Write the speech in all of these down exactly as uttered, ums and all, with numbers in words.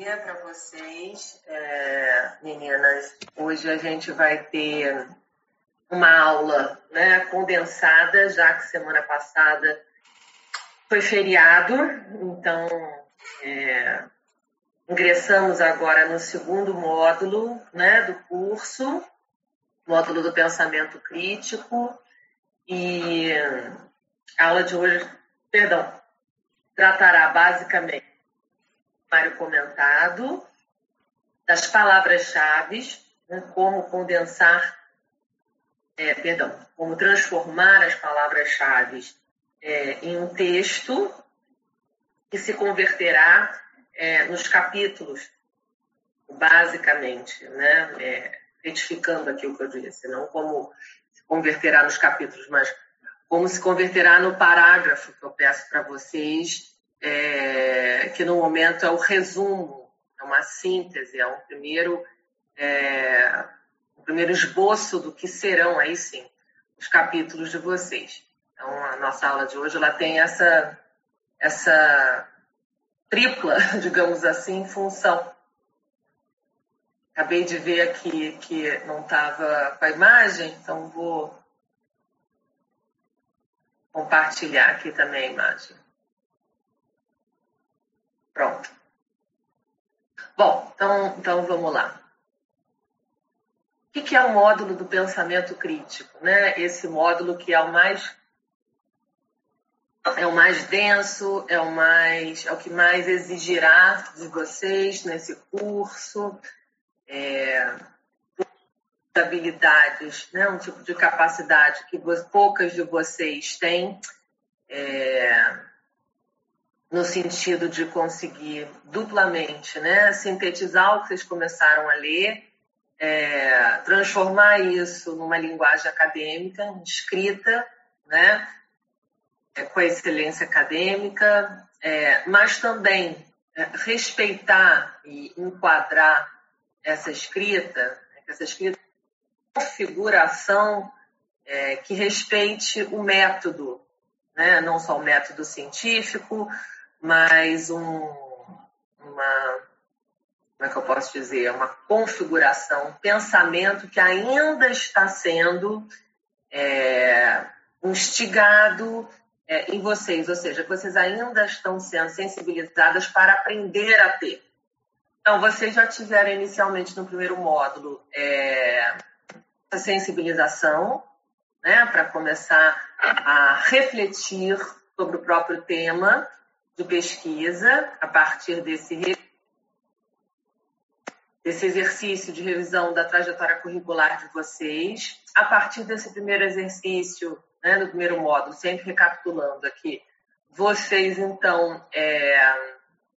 dia para vocês, é, meninas. Hoje a gente vai ter uma aula, né, condensada, já que semana passada foi feriado, então é, ingressamos agora no segundo módulo, né, do curso, módulo do pensamento crítico, e a aula de hoje, perdão, tratará basicamente do comentado, das palavras-chave, né, como condensar, é, perdão, como transformar as palavras-chave é, em um texto que se converterá é, nos capítulos, basicamente, né, é, retificando aqui o que eu disse, não como se converterá nos capítulos, mas como se converterá no parágrafo que eu peço para vocês, é, que no momento é o resumo, é uma síntese, é um primeiro, é, um primeiro esboço do que serão, aí sim, os capítulos de vocês. Então, a nossa aula de hoje ela tem essa, essa tripla, digamos assim, função. Acabei de ver aqui que não estava com a imagem, então vou compartilhar aqui também a imagem. Pronto. Bom, então, então vamos lá. O que é o módulo do pensamento crítico, né? Esse módulo que é o mais é o mais denso, é o mais é o que mais exigirá de vocês nesse curso, é, habilidades, né? Um tipo de capacidade que poucas de vocês têm. É, no sentido de conseguir duplamente, né, sintetizar o que vocês começaram a ler, é, transformar isso numa linguagem acadêmica, escrita, né, é, com a excelência acadêmica, é, mas também é, respeitar e enquadrar essa escrita, essa escrita configuração é, que respeite o método, né, não só o método científico, mas um, uma, como é que eu posso dizer, uma configuração, um pensamento que ainda está sendo é, instigado é, em vocês, ou seja, que vocês ainda estão sendo sensibilizadas para aprender a ter. Então, vocês já tiveram inicialmente no primeiro módulo é, a sensibilização, né, para começar a refletir sobre o próprio tema de pesquisa, a partir desse, desse exercício de revisão da trajetória curricular de vocês. A partir desse primeiro exercício, né, no primeiro módulo, sempre recapitulando aqui, vocês, então, é,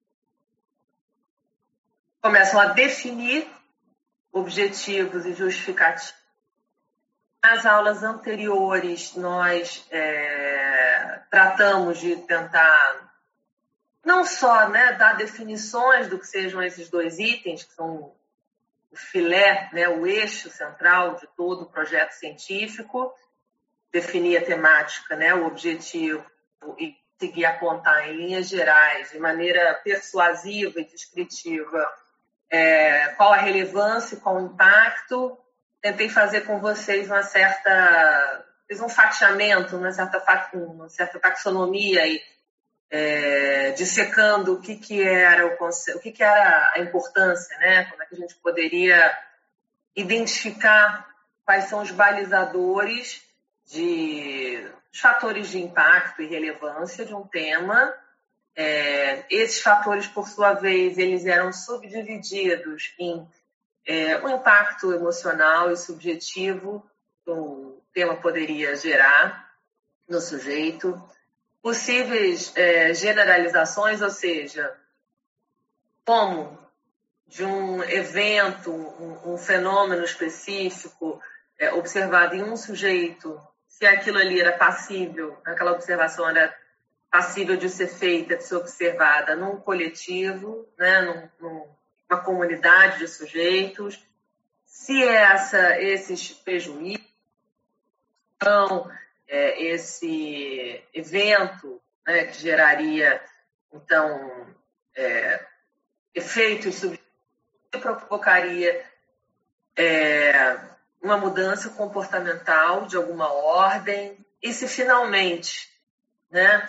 começam a definir objetivos e justificativos. Nas aulas anteriores, nós é, tratamos de tentar não só, né, dar definições do que sejam esses dois itens, que são o filé, né, o eixo central de todo o projeto científico, definir a temática, né, o objetivo e conseguir apontar em linhas gerais, de maneira persuasiva e descritiva, é, qual a relevância e qual o impacto. Tentei fazer com vocês uma certa, fiz um fatiamento, uma certa, uma certa taxonomia aí, É, dissecando o que, que era o conceito, o que, que era a importância, né? Como é que a gente poderia identificar quais são os balizadores de os fatores de impacto e relevância de um tema. É, esses fatores, por sua vez, eles eram subdivididos em é, o impacto emocional e subjetivo que o tema poderia gerar no sujeito, possíveis é, generalizações, ou seja, como de um evento, um, um fenômeno específico é, observado em um sujeito, se aquilo ali era passível, aquela observação era passível de ser feita, de ser observada num coletivo, né, num, numa comunidade de sujeitos, se essa, esses prejuízos, então, É, esse evento, né, que geraria, então, é, efeitos que provocaria é, uma mudança comportamental de alguma ordem, e se finalmente, né,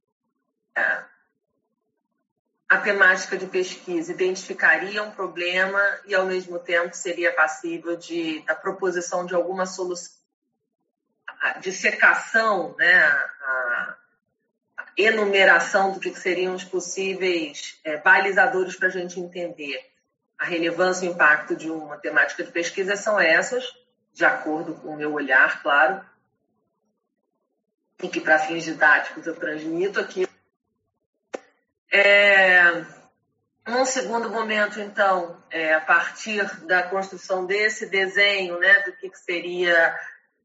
a temática de pesquisa identificaria um problema e, ao mesmo tempo, seria passível de, da proposição de alguma solução, de secação, né, a, a enumeração do que seriam os possíveis é, balizadores para a gente entender a relevância e o impacto de uma temática de pesquisa são essas, de acordo com o meu olhar, claro, e que, para fins didáticos, eu transmito aqui. É, num segundo momento, então, é, a partir da construção desse desenho, né, do que, que seria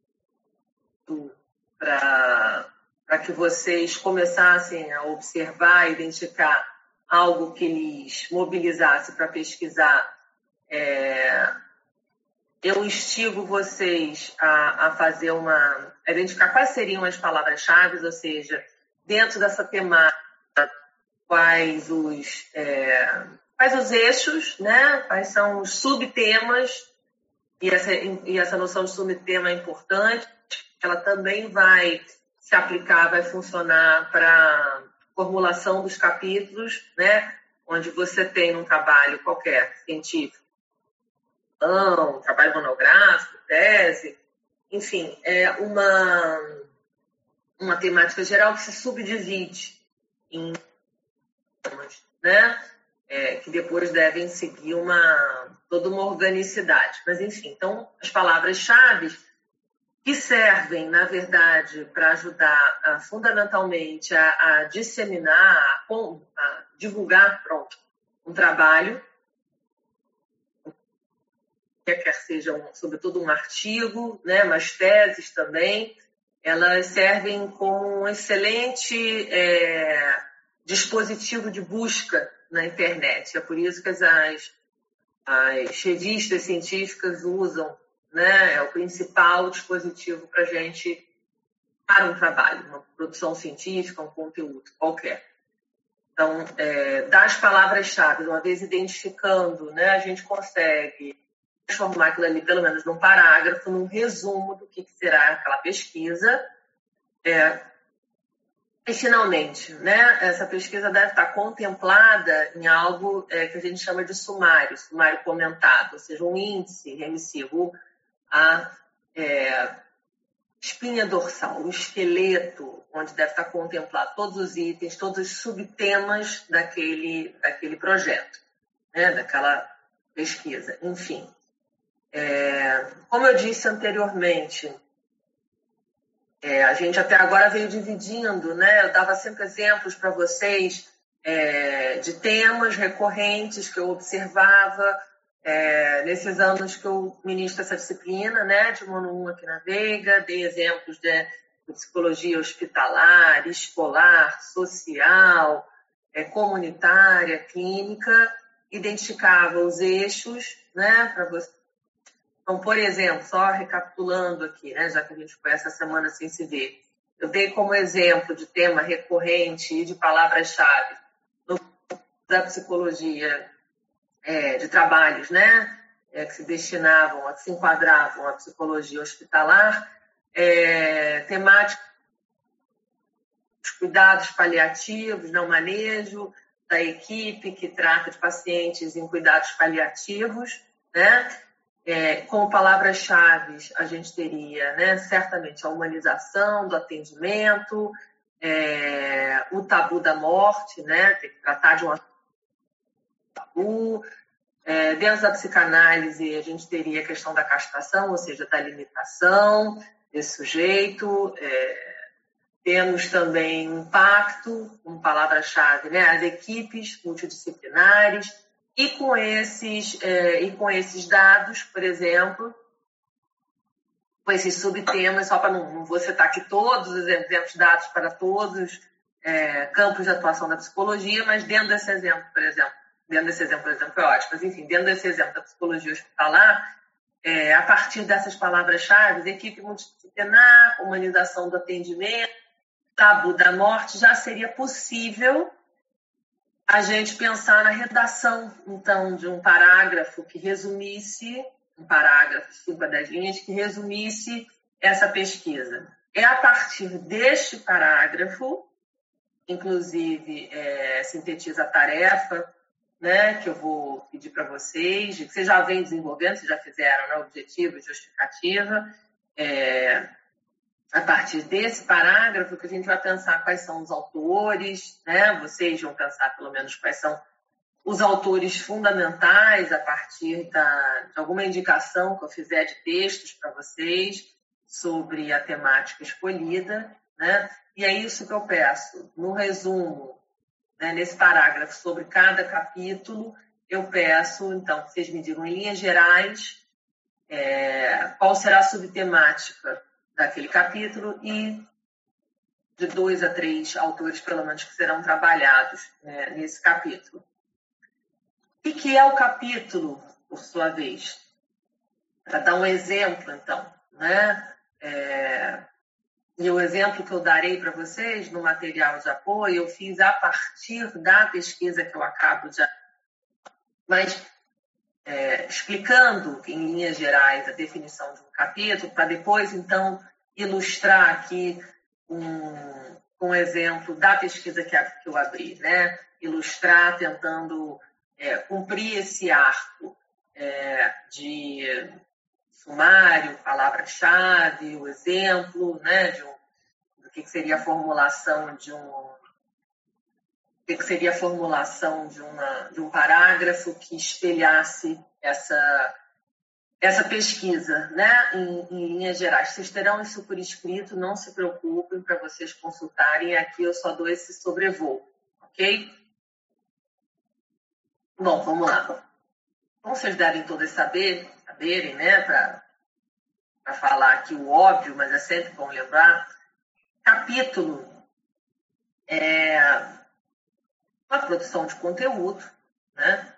para que vocês começassem a observar, identificar algo que lhes mobilizasse para pesquisar, é, eu instigo vocês a, a fazer uma... a identificar quais seriam as palavras-chave, ou seja, dentro dessa temática, quais os, é, quais os eixos, né? Quais são os subtemas, e essa, e essa noção de subtema é importante, ela também vai se aplicar, vai funcionar para formulação dos capítulos, né? Onde você tem um trabalho qualquer, científico, um trabalho monográfico, tese, enfim, é uma, uma temática geral que se subdivide em temas, né? É, que depois devem seguir uma, toda uma organicidade. Mas, enfim, então, as palavras-chave que servem, na verdade, para ajudar a, fundamentalmente a, a disseminar, a, a divulgar, pronto, um trabalho, quer seja, um, sobretudo, um artigo, né, mas teses também, elas servem como um excelente é, dispositivo de busca na internet. É por isso que as, as revistas científicas usam, né, é o principal dispositivo para a gente para um trabalho, uma produção científica, um conteúdo qualquer. Então, é, das palavras-chave, uma vez identificando, né, a gente consegue transformar aquilo ali, pelo menos num parágrafo, num resumo do que será aquela pesquisa. É, e, finalmente, né, essa pesquisa deve estar contemplada em algo é, que a gente chama de sumário, sumário comentado, ou seja, um índice remissivo à é, espinha dorsal, o esqueleto, onde deve estar contemplado todos os itens, todos os subtemas daquele, daquele projeto, né, daquela pesquisa, enfim. É, como eu disse anteriormente, é, a gente até agora veio dividindo, né? Eu dava sempre exemplos para vocês é, de temas recorrentes que eu observava é, nesses anos que eu ministro essa disciplina, né? De um ano um aqui na Veiga, dei exemplos de, de psicologia hospitalar, escolar, social, é, comunitária, clínica, identificava os eixos, né? Para você. Então, por exemplo, só recapitulando aqui, né, já que a gente foi essa semana sem se ver, eu dei como exemplo de tema recorrente e de palavras-chave da psicologia, é, de trabalhos, né, é, que se destinavam, que se enquadravam à psicologia hospitalar, é, temática dos cuidados paliativos, não manejo, da equipe que trata de pacientes em cuidados paliativos, né? É, como palavras-chave, a gente teria, né, certamente a humanização do atendimento, é, o tabu da morte, né, tem que tratar de um tabu. É, dentro da psicanálise, a gente teria a questão da castração, ou seja, da limitação desse sujeito. É, temos também impacto, como palavra-chave, né, as equipes multidisciplinares. E com esses, é, e com esses dados, por exemplo, com esses subtemas, só para não, não vou citar aqui todos os exemplos dados para todos é, campos de atuação da psicologia, mas dentro desse exemplo, por exemplo, dentro desse exemplo, por exemplo, é ótimo, mas enfim, dentro desse exemplo da psicologia hospitalar, é, a partir dessas palavras-chave, equipe multidisciplinar, humanização do atendimento, tabu da morte, já seria possível a gente pensar na redação, então, de um parágrafo que resumisse, um parágrafo de cinco a dez linhas, que resumisse essa pesquisa. É a partir deste parágrafo, inclusive é, sintetiza a tarefa, né, que eu vou pedir para vocês, que vocês já vêm desenvolvendo, vocês já fizeram, né, objetivo e justificativa. É, a partir desse parágrafo que a gente vai pensar quais são os autores, né, vocês vão pensar pelo menos quais são os autores fundamentais a partir da, de alguma indicação que eu fizer de textos para vocês sobre a temática escolhida, né? E é isso que eu peço. No resumo, né, nesse parágrafo sobre cada capítulo, eu peço, então, que vocês me digam em linhas gerais é, qual será a subtemática daquele capítulo e de dois a três autores, pelo menos, que serão trabalhados, né, nesse capítulo. O que é o capítulo, por sua vez? Para dar um exemplo, então, né? É, e o exemplo que eu darei para vocês no material de apoio, eu fiz a partir da pesquisa que eu acabo de... Mas é, explicando em linhas gerais a definição de um capítulo, para depois, então, ilustrar aqui um, um exemplo da pesquisa que, a, que eu abri, né? Ilustrar tentando é, cumprir esse arco é, de sumário, palavra-chave, o exemplo, né, de um, do que seria a formulação de um, o que seria a formulação de, uma, de um parágrafo que espelhasse essa, essa pesquisa, né, em, em linhas gerais. Vocês terão isso por escrito, não se preocupem para vocês consultarem, aqui eu só dou esse sobrevoo, ok? Bom, vamos lá. Como vocês devem todos saber, saberem, né, para falar aqui o óbvio, mas é sempre bom lembrar, capítulo é uma produção de conteúdo, né,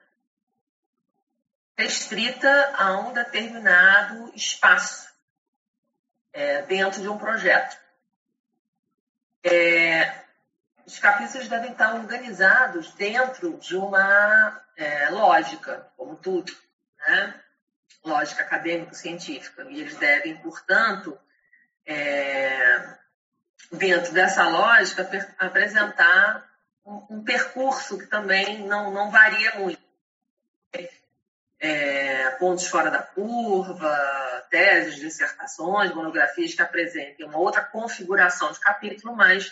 restrita a um determinado espaço é, dentro de um projeto. É, os capítulos devem estar organizados dentro de uma é, lógica, como tudo, né? Lógica acadêmico-científica. E eles devem, portanto, é, dentro dessa lógica, per- apresentar um, um percurso que também não, não varia muito. É, pontos fora da curva, teses, dissertações, monografias que apresentem uma outra configuração de capítulo, mas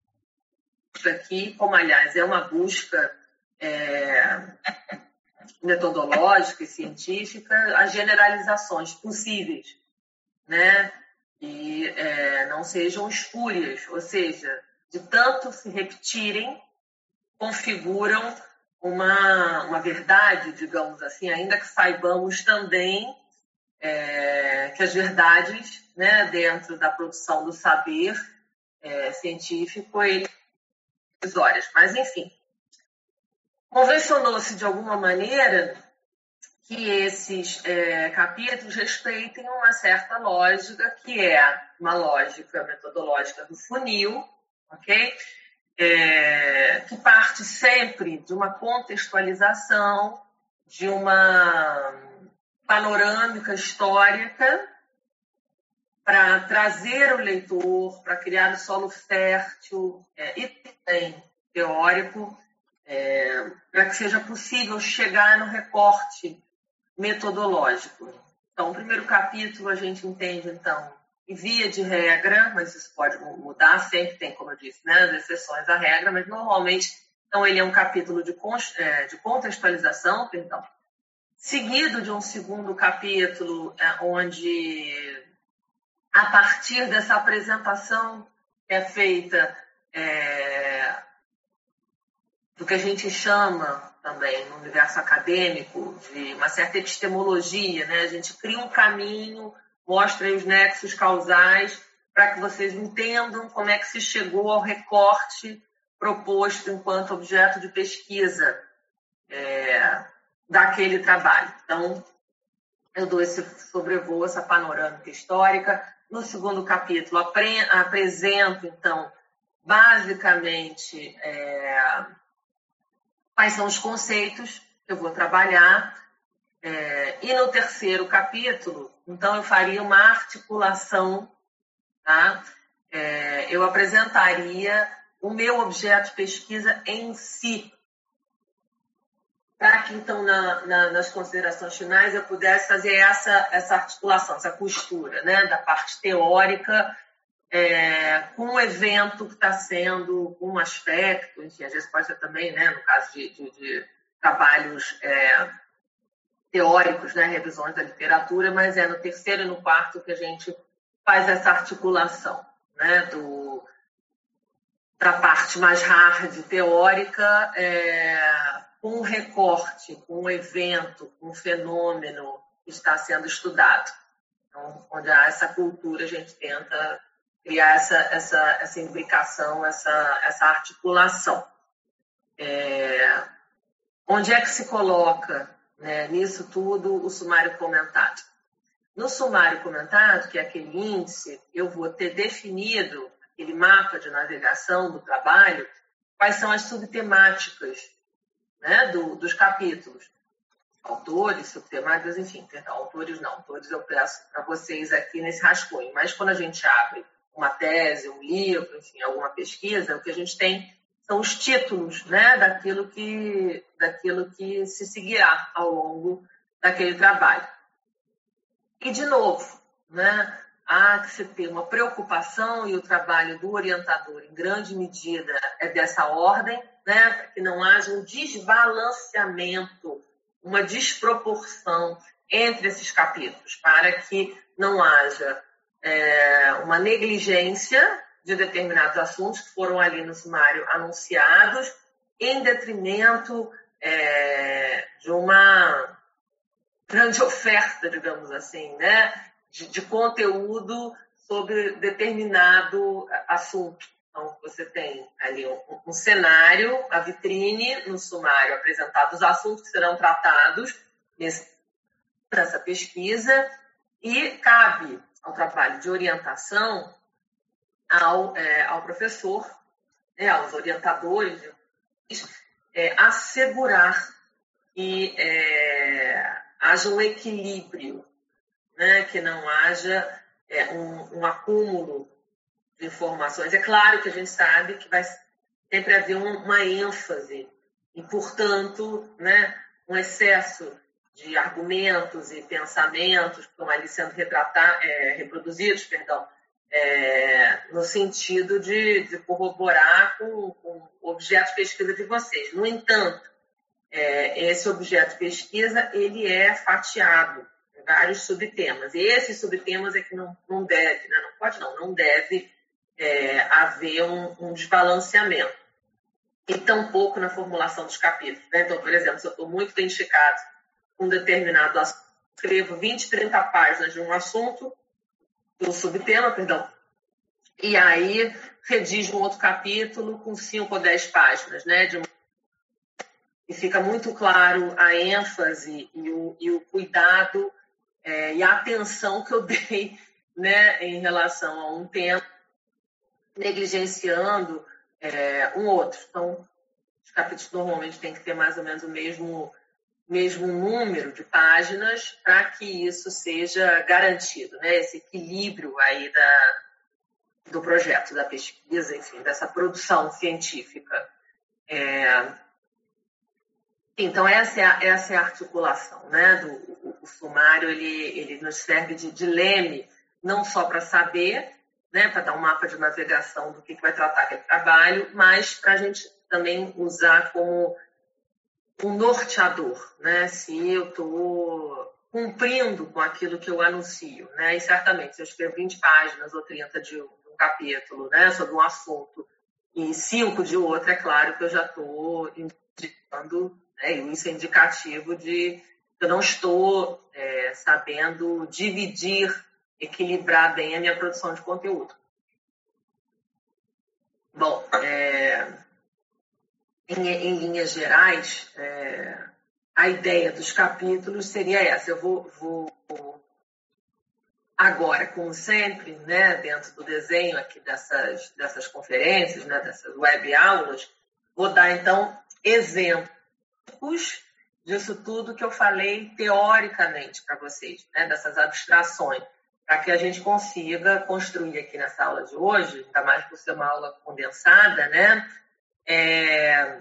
aqui, como aliás é uma busca é, metodológica e científica, as generalizações possíveis, né? E é, não sejam espúrias, ou seja, de tanto se repetirem, configuram uma, uma verdade, digamos assim, ainda que saibamos também é, que as verdades, né, dentro da produção do saber é, científico, ele horas. Mas, enfim, convencionou-se de alguma maneira que esses é, capítulos respeitem uma certa lógica, que é uma lógica metodológica do funil, ok? É, que parte sempre de uma contextualização, de uma panorâmica histórica, para trazer o leitor, para criar o solo fértil é, e também teórico, é, para que seja possível chegar no recorte metodológico. Então, o primeiro capítulo a gente entende, então, via de regra, mas isso pode mudar, sempre tem, como eu disse, né, as exceções à regra, mas normalmente, então, ele é um capítulo de, de contextualização, perdão, seguido de um segundo capítulo, é, onde a partir dessa apresentação é feita é, do que a gente chama também no universo acadêmico de uma certa epistemologia, né? A gente cria um caminho, mostra aí os nexos causais para que vocês entendam como é que se chegou ao recorte proposto enquanto objeto de pesquisa é, daquele trabalho. Então, eu dou esse sobrevoo, essa panorâmica histórica. No segundo capítulo, apre- apresento, então, basicamente, é, quais são os conceitos que eu vou trabalhar. É, e no terceiro capítulo, então, eu faria uma articulação, tá? É, eu apresentaria o meu objeto de pesquisa em si, para que, então, na, na, nas considerações finais, eu pudesse fazer essa, essa articulação, essa costura, né, da parte teórica é, com o evento que está sendo um aspecto, enfim, às vezes pode ser também, né, no caso de, de, de trabalhos é, teóricos, né, revisões da literatura, mas é no terceiro e no quarto que a gente faz essa articulação, né, do, da parte mais hard teórica, é, com um recorte, com um evento, com um fenômeno que está sendo estudado. Então, onde há essa cultura, a gente tenta criar essa, essa, essa imbricação, essa, essa articulação. É, onde é que se coloca, né, nisso tudo o sumário comentado? No sumário comentado, que é aquele índice, eu vou ter definido aquele mapa de navegação do trabalho, quais são as subtemáticas, né, do, dos capítulos. Autores, subtemáticas, enfim, perdão, autores não, autores eu peço para vocês aqui nesse rascunho, mas quando a gente abre uma tese, um livro, enfim, alguma pesquisa, o que a gente tem são os títulos, né, daquilo que, daquilo que se seguirá ao longo daquele trabalho. E, de novo, né, há que se ter uma preocupação, e o trabalho do orientador, em grande medida, é dessa ordem, né, para que não haja um desbalanceamento, uma desproporção entre esses capítulos, para que não haja é, uma negligência de determinados assuntos que foram ali no sumário anunciados, em detrimento é, de uma grande oferta, digamos assim, né, de, de conteúdo sobre determinado assunto. Então, você tem ali um, um cenário, a vitrine, no sumário apresentados os assuntos que serão tratados nesse, nessa pesquisa, e cabe ao trabalho de orientação ao, é, ao professor, né, aos orientadores, é, assegurar que é, haja um equilíbrio, né, que não haja é, um, um acúmulo de informações. É claro que a gente sabe que vai sempre haver um, uma ênfase e, portanto, né, um excesso de argumentos e pensamentos que estão ali sendo retratar, é, reproduzidos, perdão, é, no sentido de, de corroborar com, com o objeto de pesquisa de vocês. No entanto, é, esse objeto de pesquisa ele é fatiado em vários subtemas. E esses subtemas é que não, não deve, né, não pode não, não deve é, haver um, um desbalanceamento. E tampouco na formulação dos capítulos. Né? Então, por exemplo, se eu estou muito identificado com um determinado assunto, escrevo vinte, trinta páginas de um assunto, do subtema, perdão, e aí redijo um outro capítulo com cinco ou dez páginas, né, de uma... e fica muito claro a ênfase e o, e o cuidado é, e a atenção que eu dei, né, em relação a um tema, negligenciando é, um outro. Então, os capítulos normalmente têm que ter mais ou menos o mesmo, mesmo número de páginas para que isso seja garantido, né? Esse equilíbrio aí da, do projeto, da pesquisa, enfim, dessa produção científica. É... Então, essa é a, essa é a articulação, né? Do, o, o sumário, ele, ele nos serve de, de leme, não só para saber, né, para dar um mapa de navegação do que, que vai tratar aquele trabalho, mas para a gente também usar como um norteador, né? Se eu estou cumprindo com aquilo que eu anuncio, né? E certamente, se eu escrevo vinte páginas ou trinta de um capítulo, né, sobre um assunto e cinco de outro, é claro que eu já estou indicando, né, isso é indicativo de que eu não estou é, sabendo dividir, equilibrar bem a minha produção de conteúdo. Bom, é, em, em linhas gerais, é, a ideia dos capítulos seria essa. Eu vou, vou, vou agora, como sempre, né, dentro do desenho aqui dessas, dessas conferências, né, dessas web aulas, vou dar, então, exemplos básicos disso tudo que eu falei teoricamente para vocês, né? Dessas abstrações, para que a gente consiga construir aqui nessa aula de hoje, ainda mais por ser uma aula condensada, né? É,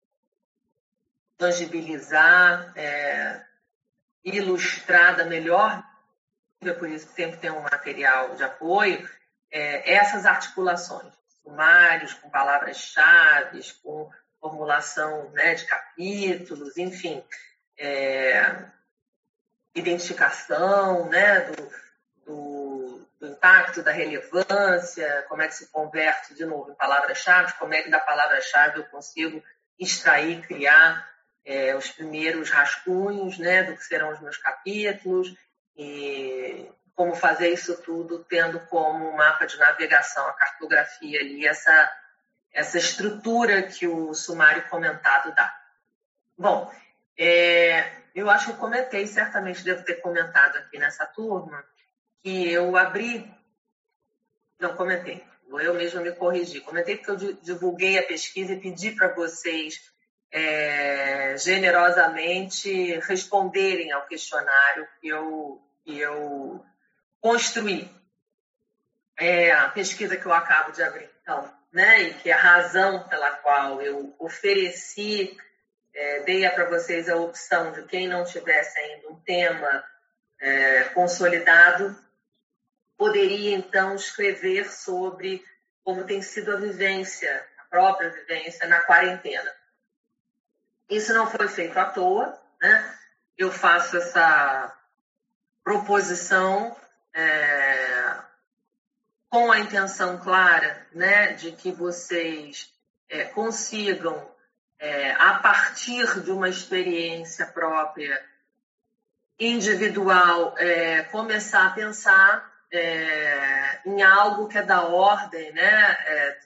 tangibilizar, é, ilustrar da melhor, por isso que sempre tem um material de apoio, é, essas articulações, sumários, com palavras-chave, com formulação, né, de capítulos, enfim, é, identificação, né, do, do, do impacto, da relevância, como é que se converte, de novo, em palavras-chave, como é que da palavra-chave eu consigo extrair, criar é, os primeiros rascunhos, né, do que serão os meus capítulos, e como fazer isso tudo tendo como mapa de navegação, a cartografia ali, essa, essa estrutura que o sumário comentado dá. Bom, é, eu acho que eu comentei, certamente devo ter comentado aqui nessa turma, que eu abri... Não, comentei. Eu mesma me corrigi. Comentei porque eu divulguei a pesquisa e pedi para vocês é, generosamente responderem ao questionário que eu, que eu construí. É a pesquisa que eu acabo de abrir, então, né? E que é a razão pela qual eu ofereci, é, dei para vocês a opção de quem não tivesse ainda um tema é, consolidado, poderia, então, escrever sobre como tem sido a vivência, a própria vivência na quarentena. Isso não foi feito à toa, né? Eu faço essa proposição é, com a intenção clara, né, de que vocês é, consigam, é, a partir de uma experiência própria, individual, é, começar a pensar é, em algo que é da ordem, né, é,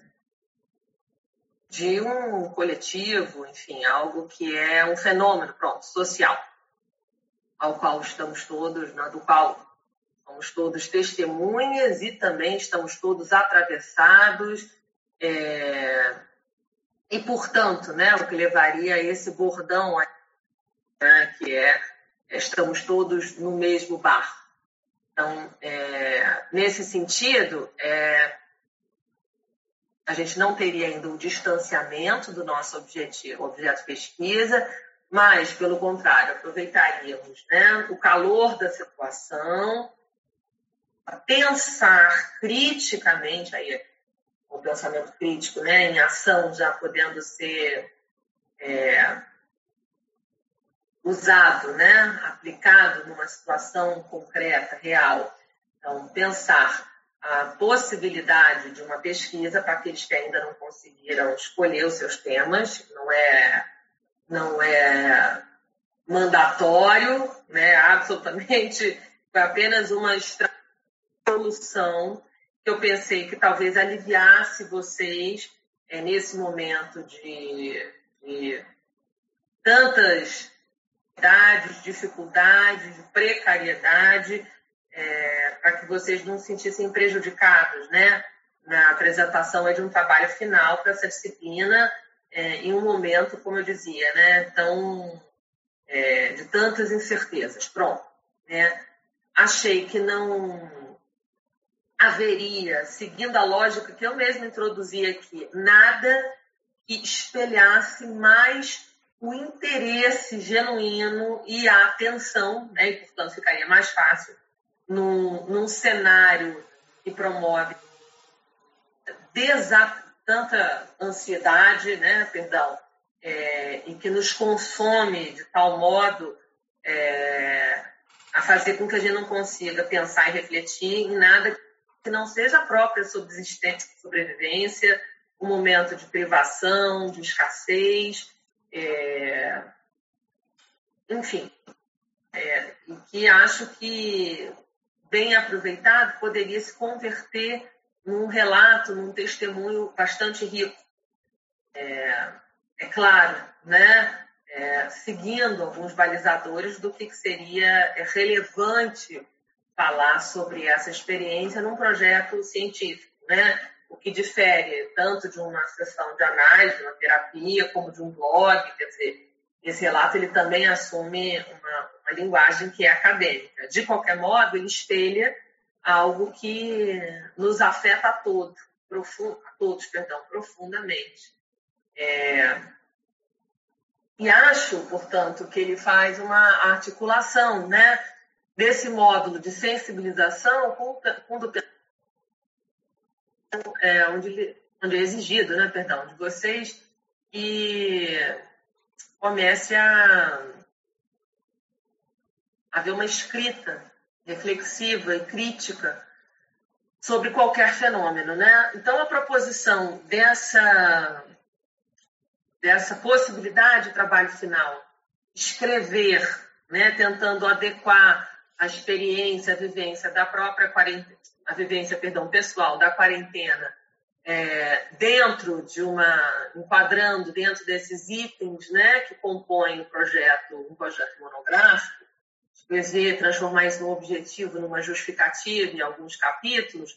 de um coletivo, enfim, algo que é um fenômeno, pronto, social, ao qual estamos todos, né, do qual somos todos testemunhas e também estamos todos atravessados, é, e, portanto, né, o que levaria a esse bordão, né, que é estamos todos no mesmo barco. Então, é, nesse sentido, é, a gente não teria ainda um distanciamento do nosso objetivo, objeto de pesquisa, mas, pelo contrário, aproveitaríamos, né, o calor da situação, pensar criticamente, aí, o pensamento crítico, né, em ação já podendo ser é, usado, né, aplicado numa situação concreta, real. Então, pensar a possibilidade de uma pesquisa para aqueles que ainda não conseguiram escolher os seus temas, não é, não é mandatório, né, absolutamente, foi apenas uma solução que eu pensei que talvez aliviasse vocês é, nesse momento de, de tantas dificuldades, de precariedade, é, para que vocês não se sentissem prejudicados, né, na apresentação de um trabalho final para essa disciplina, é, em um momento, como eu dizia, né, tão, é, de tantas incertezas. Pronto. Né? Achei que não haveria, seguindo a lógica que eu mesma introduzi aqui, nada que espelhasse mais o interesse genuíno e a atenção, né? E, portanto, ficaria mais fácil num, num cenário que promove desa- tanta ansiedade, né? Perdão, é, e que nos consome de tal modo é, a fazer com que a gente não consiga pensar e refletir em nada que não seja a própria subsistência, sobrevivência, um momento de privação, de escassez, É, enfim, é, e que acho que, bem aproveitado, poderia se converter num relato, num testemunho bastante rico. É, é claro, né, é, seguindo alguns balizadores do que, que seria relevante falar sobre essa experiência num projeto científico, né? O que difere tanto de uma sessão de análise, uma terapia, como de um blog, quer dizer, esse relato ele também assume uma, uma linguagem que é acadêmica. De qualquer modo, ele espelha algo que nos afeta a todos, profundo, a todos, perdão, profundamente. É, e acho, portanto, que ele faz uma articulação, né, desse módulo de sensibilização com, com o é, onde, onde é exigido, né, perdão, de vocês que comece a haver uma escrita reflexiva e crítica sobre qualquer fenômeno, né? Então, a proposição dessa, dessa possibilidade de trabalho final, escrever, né, tentando adequar a experiência, a vivência da própria quarentena, a vivência, perdão, pessoal da quarentena, é, dentro de uma, enquadrando dentro desses itens, né, que compõem o projeto, um projeto monográfico, escrever, transformar isso num objetivo, numa justificativa em alguns capítulos,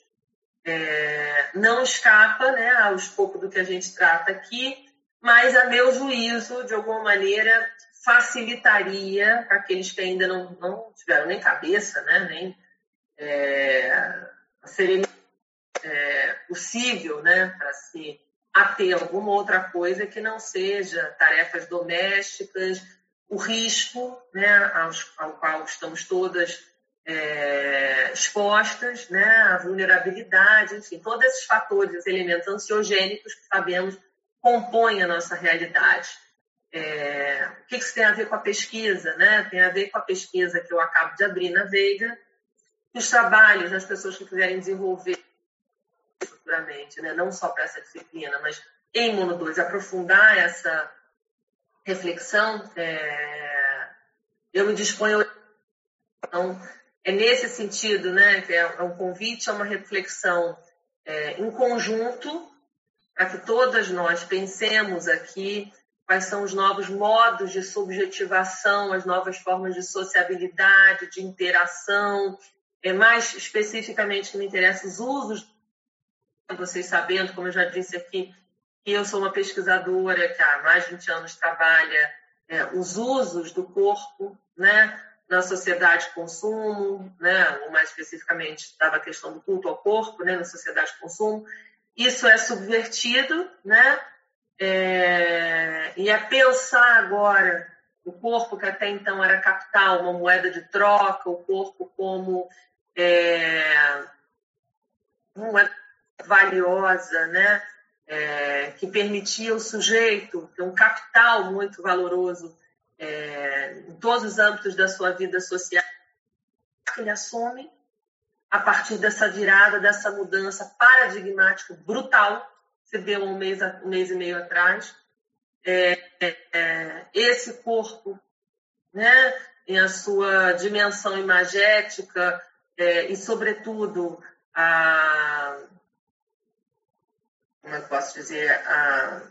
é, não escapa, né, ao escopo do que a gente trata aqui, mas, a meu juízo, de alguma maneira, facilitaria aqueles que ainda não, não tiveram nem cabeça, né, nem é, seria é, possível, né, para se ater alguma outra coisa que não seja tarefas domésticas, o risco, né, aos, ao qual estamos todas é, expostas, né, a vulnerabilidade, enfim, todos esses fatores, esses elementos ansiogênicos que sabemos compõem a nossa realidade. É, o que isso tem a ver com a pesquisa? Né? Tem a ver com a pesquisa que eu acabo de abrir na Veiga, os trabalhos das pessoas que quiserem desenvolver futuramente, né? Não só para essa disciplina, mas em Mono dois, aprofundar essa reflexão, é, eu me disponho. Então, é nesse sentido, né, que é um convite a uma reflexão é, em conjunto, para que todas nós pensemos aqui quais são os novos modos de subjetivação, as novas formas de sociabilidade, de interação, é, mais especificamente que me interessa os usos, vocês sabendo, como eu já disse aqui, que eu sou uma pesquisadora que há mais de vinte anos trabalha é, os usos do corpo, né, na sociedade de consumo, né, ou mais especificamente estava a questão do culto ao corpo, né, na sociedade de consumo. Isso é subvertido, né, é, e é pensar agora o corpo, que até então era capital, uma moeda de troca, o corpo como é, uma moeda valiosa, né, é, que permitia o sujeito ter um capital muito valoroso é, em todos os âmbitos da sua vida social, que ele assume a partir dessa virada, dessa mudança paradigmática brutal, que se deu um mês, um mês e meio atrás. É, é, esse corpo, né, em a sua dimensão imagética é, e, sobretudo, a, como eu posso dizer, a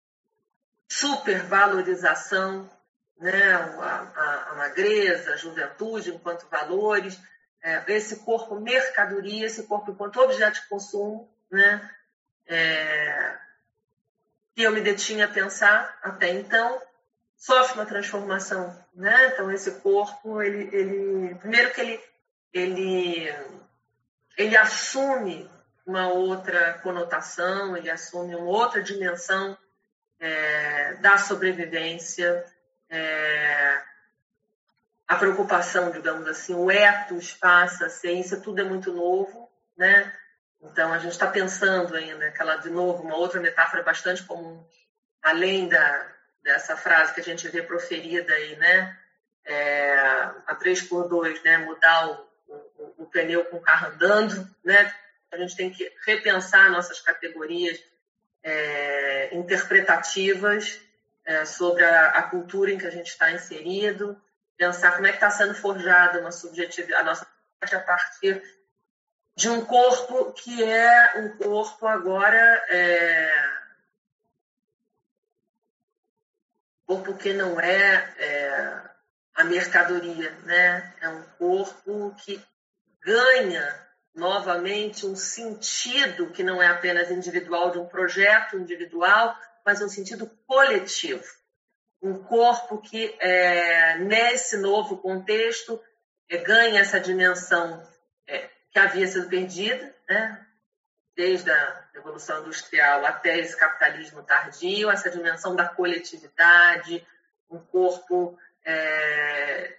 supervalorização, né, a, a, a magreza, a juventude enquanto valores, é, esse corpo mercadoria, esse corpo enquanto objeto de consumo, né, é, que eu me detinha a pensar até então, sofre uma transformação, né? Então esse corpo, ele, ele primeiro que ele, ele, ele assume uma outra conotação, ele assume uma outra dimensão é, da sobrevivência, é, a preocupação, digamos assim, o ethos passa a ser, isso tudo é muito novo, né? Então, a gente está pensando ainda, aquela, de novo, uma outra metáfora bastante comum, além da, dessa frase que a gente vê proferida aí, né? É, a três por dois, né? Mudar o, o, o pneu com o carro andando, né? A gente tem que repensar nossas categorias é, interpretativas é, sobre a, a cultura em que a gente está inserido, pensar como é que está sendo forjada uma subjetividade, a nossa a partir de um corpo que é um corpo agora, é, corpo que não é, é a mercadoria, né? É um corpo que ganha novamente um sentido que não é apenas individual de um projeto individual, mas um sentido coletivo. um corpo que, é, nesse novo contexto, é, ganha essa dimensão é, que havia sido perdida, né? Desde a Revolução Industrial até esse capitalismo tardio, essa dimensão da coletividade, um corpo é,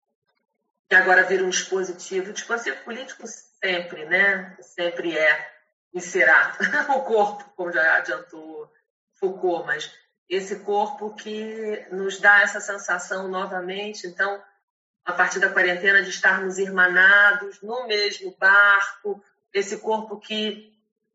que agora vira um dispositivo. O dispositivo político sempre, né? Sempre é e será o corpo, como já adiantou Foucault, mas esse corpo que nos dá essa sensação novamente, então, a partir da quarentena, de estarmos irmanados no mesmo barco, esse corpo que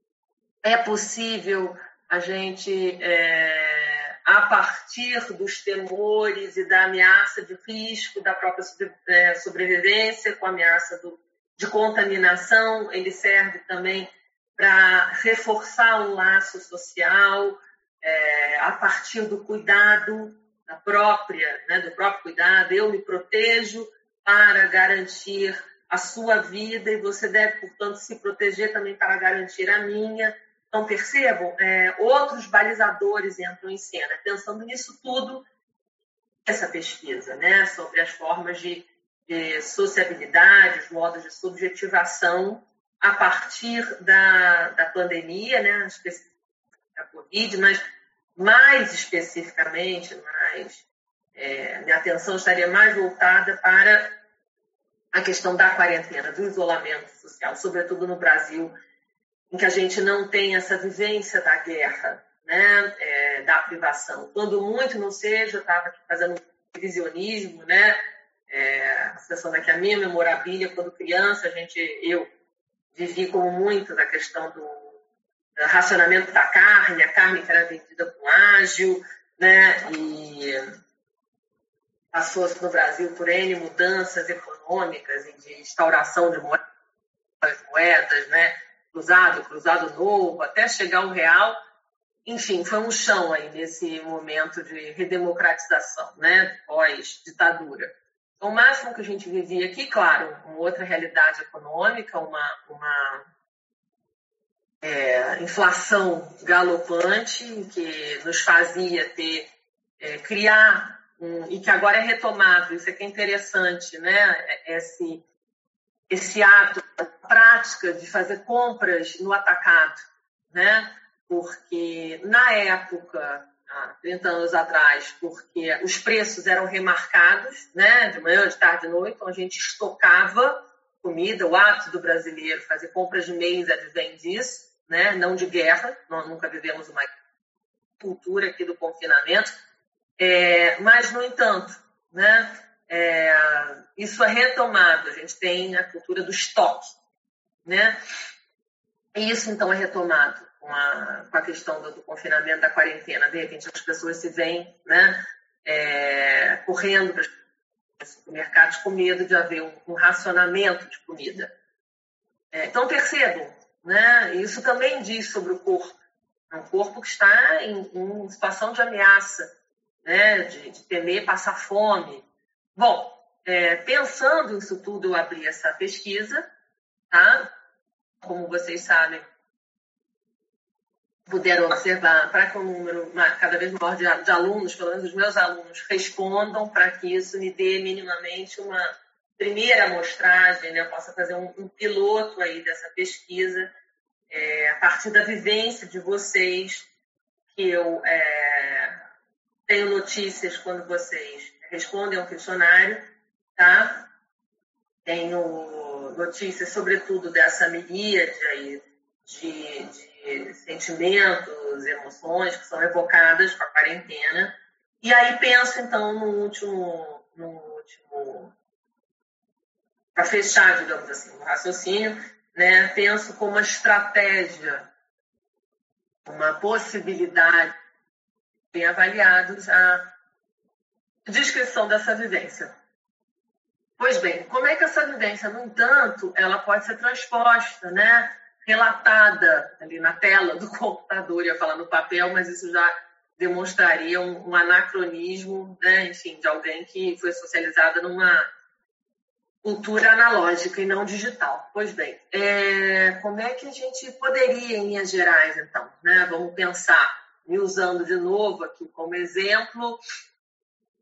é possível a gente, é, a partir dos temores e da ameaça de risco da própria sobrevivência, com a ameaça do, de contaminação, ele serve também para reforçar um laço social, é, a partir do cuidado da própria, né, do próprio cuidado. Eu me protejo para garantir a sua vida e você deve, portanto, se proteger também para garantir a minha. Então, percebam, é, outros balizadores entram em cena. Pensando nisso tudo, essa pesquisa, né, sobre as formas de, de sociabilidade, os modos de subjetivação a partir da, da pandemia, né, da Covid, mas mais especificamente, mais, é, minha atenção estaria mais voltada para a questão da quarentena, do isolamento social, sobretudo no Brasil, em que a gente não tem essa vivência da guerra, né, é, da privação. Quando muito não seja, eu estava aqui fazendo um visionismo, né, é, acessando aqui a minha memorabilia, quando criança, a gente, eu vivi como muito da questão do racionamento da carne, a carne que era vendida com ágil, né, e passou-se no Brasil por N mudanças econômicas e de instauração de moedas, moedas, né, cruzado, cruzado novo, até chegar ao real. Enfim, foi um chão aí nesse momento de redemocratização, né, pós-ditadura. Então, o máximo que a gente vivia aqui, claro, uma outra realidade econômica, uma, uma é, inflação galopante que nos fazia ter, é, criar, um, e que agora é retomado, isso é que é interessante, né, esse, esse hábito, a prática de fazer compras no atacado, né, porque na época, há trinta anos atrás, porque os preços eram remarcados, né, de manhã, de tarde, de noite, então a gente estocava comida, o hábito do brasileiro fazer compras de mês advém disso, né, não de guerra, nós nunca vivemos uma cultura aqui do confinamento, é, mas, no entanto, né, é, isso é retomado, a gente tem a cultura do estoque, né, e isso, então, é retomado com a, com a questão do, do confinamento, da quarentena. De repente, as pessoas se veem, né, é, correndo para os supermercados com medo de haver um, um racionamento de comida. É, então, percebam, né, isso também diz sobre o corpo. É um corpo que está em, em situação de ameaça, né, de, de temer passar fome. Bom, é, pensando nisso tudo, eu abri essa pesquisa, tá? Como vocês sabem, puderam observar, para que um número cada vez maior de, de alunos, pelo menos os meus alunos, respondam, para que isso me dê minimamente uma primeira amostragem, né? Eu possa fazer um, um piloto aí dessa pesquisa, é, a partir da vivência de vocês, que eu é, tenho notícias quando vocês respondem ao questionário, tá? Tenho notícias, sobretudo, dessa miríade aí de, de sentimentos, emoções que são evocadas com a quarentena. E aí penso, então, no último, no último para fechar, digamos assim, o raciocínio, né, penso como uma estratégia, uma possibilidade, bem avaliados, a descrição dessa vivência. Pois bem, como é que essa vivência, no entanto, ela pode ser transposta, né, relatada ali na tela do computador, ia falar no papel, mas isso já demonstraria um, um anacronismo, né, enfim, de alguém que foi socializada numa cultura analógica e não digital. Pois bem, é, como é que a gente poderia, em linhas gerais, então, né, vamos pensar, me usando de novo aqui como exemplo,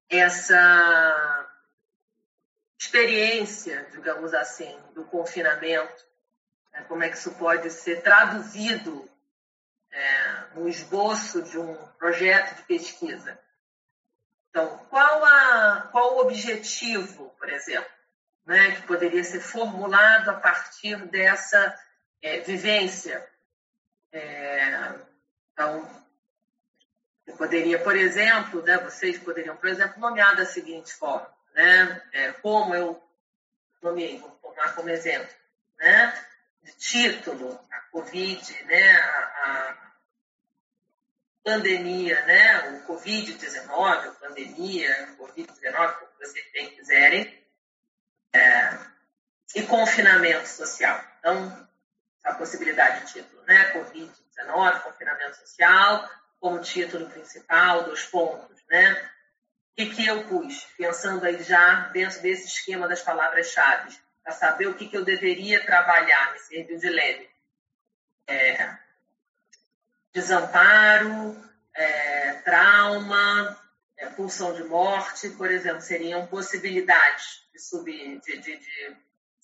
essa experiência, digamos assim, do confinamento, né? Como é que isso pode ser traduzido é, no esboço de um projeto de pesquisa. Então, qual, a, qual o objetivo, por exemplo, né, que poderia ser formulado a partir dessa é, vivência? É, então, eu poderia, por exemplo, né, vocês poderiam, por exemplo, nomear da seguinte forma, né, é, como eu nomeei, vou tomar como exemplo, né, de título, a Covid, né, a, a pandemia, né, o covid dezenove, a pandemia, o covid dezenove, como vocês bem quiserem, é, e confinamento social. Então, a possibilidade de título, né, covid dezenove, confinamento social, como título principal, dois pontos, né? O que, que eu pus? Pensando aí já dentro desse esquema das palavras-chave, para saber o que, que eu deveria trabalhar, me serviu de leve. É, desamparo, é, trauma, é, pulsão de morte, por exemplo, seriam possibilidades de subir, de, de, de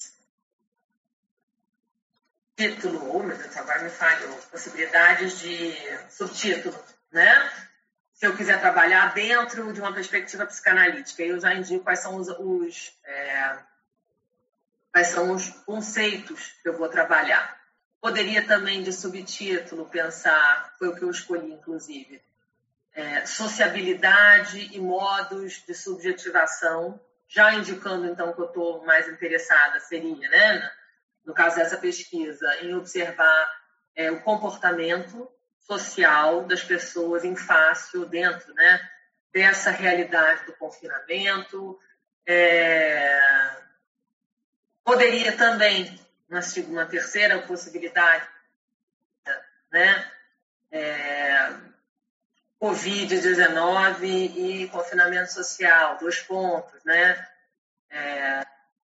título, ou, meu Deus, agora me falhou, possibilidades de subtítulo, né? Se eu quiser trabalhar dentro de uma perspectiva psicanalítica, eu já indico quais são os, os é, quais são os conceitos que eu vou trabalhar. Poderia também, de subtítulo, pensar, foi o que eu escolhi, inclusive, é, sociabilidade e modos de subjetivação, já indicando, então, que eu estou mais interessada, seria, né, no caso dessa pesquisa, em observar é, o comportamento social das pessoas em face ou dentro, né, dessa realidade do confinamento. É, poderia também, uma terceira possibilidade, né, é, covid dezenove e confinamento social, dois pontos, né, é,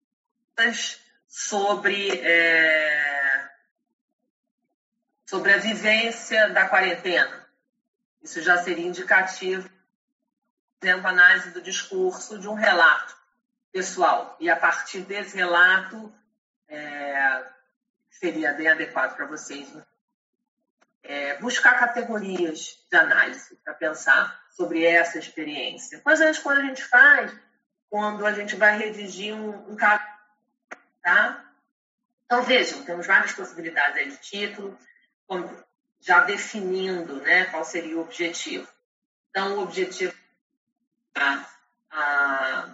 sobre, é, sobre a vivência da quarentena. Isso já seria indicativo, por exemplo, análise do discurso de um relato pessoal. E a partir desse relato, é, seria bem adequado para vocês, né? É, buscar categorias de análise para pensar sobre essa experiência. Mas é quando a gente faz, quando a gente vai redigir um, um caso, tá? Então, vejam, temos várias possibilidades aí de título, já definindo, né, qual seria o objetivo. Então, o objetivo é a,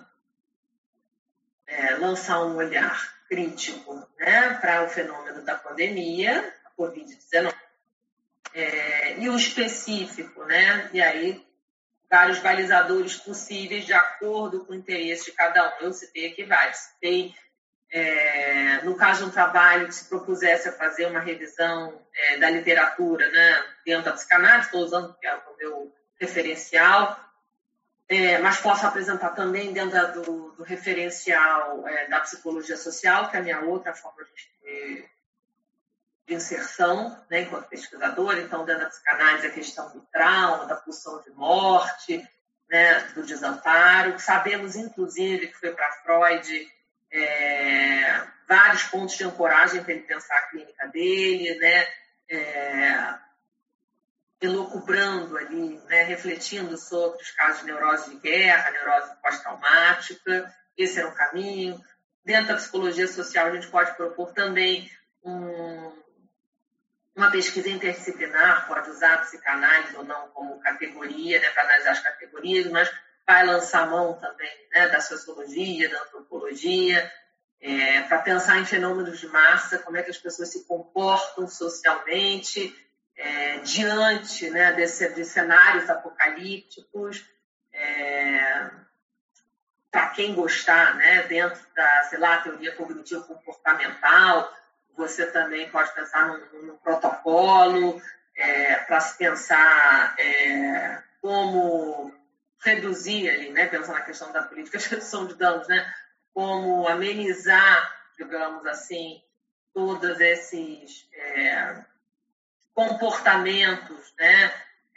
é, lançar um olhar crítico, né, para o fenômeno da pandemia, a covid dezenove, é, e o específico, né, e aí vários balizadores possíveis de acordo com o interesse de cada um. Eu citei aqui vários. Citei, é, no caso de um trabalho que se propusesse a fazer uma revisão é, da literatura, né, dentro da psicanálise, estou usando que é o meu referencial, é, mas posso apresentar também dentro do, do referencial é, da psicologia social, que é a minha outra forma de, de inserção, né, enquanto pesquisadora. Então, dentro da psicanálise, a questão do trauma, da pulsão de morte, né, do desamparo, que sabemos, inclusive, que foi para Freud é, vários pontos de ancoragem para ele pensar a clínica dele, né, é, elucubrando ali, né, refletindo sobre os casos de neurose de guerra, neurose pós-traumática. Esse era um caminho. Dentro da psicologia social, a gente pode propor também um, uma pesquisa interdisciplinar, pode usar a psicanálise ou não como categoria, né, para analisar as categorias, mas vai lançar mão também, né, da sociologia, da antropologia, é, para pensar em fenômenos de massa, como é que as pessoas se comportam socialmente, É, diante, né, desse, de cenários apocalípticos, é, para quem gostar, né, dentro da, sei lá, teoria cognitivo-comportamental, você também pode pensar num, num protocolo é, para se pensar é, como reduzir ali, né, pensando na questão da política de redução de danos, né, como amenizar, digamos assim, todos esses é, comportamentos, né,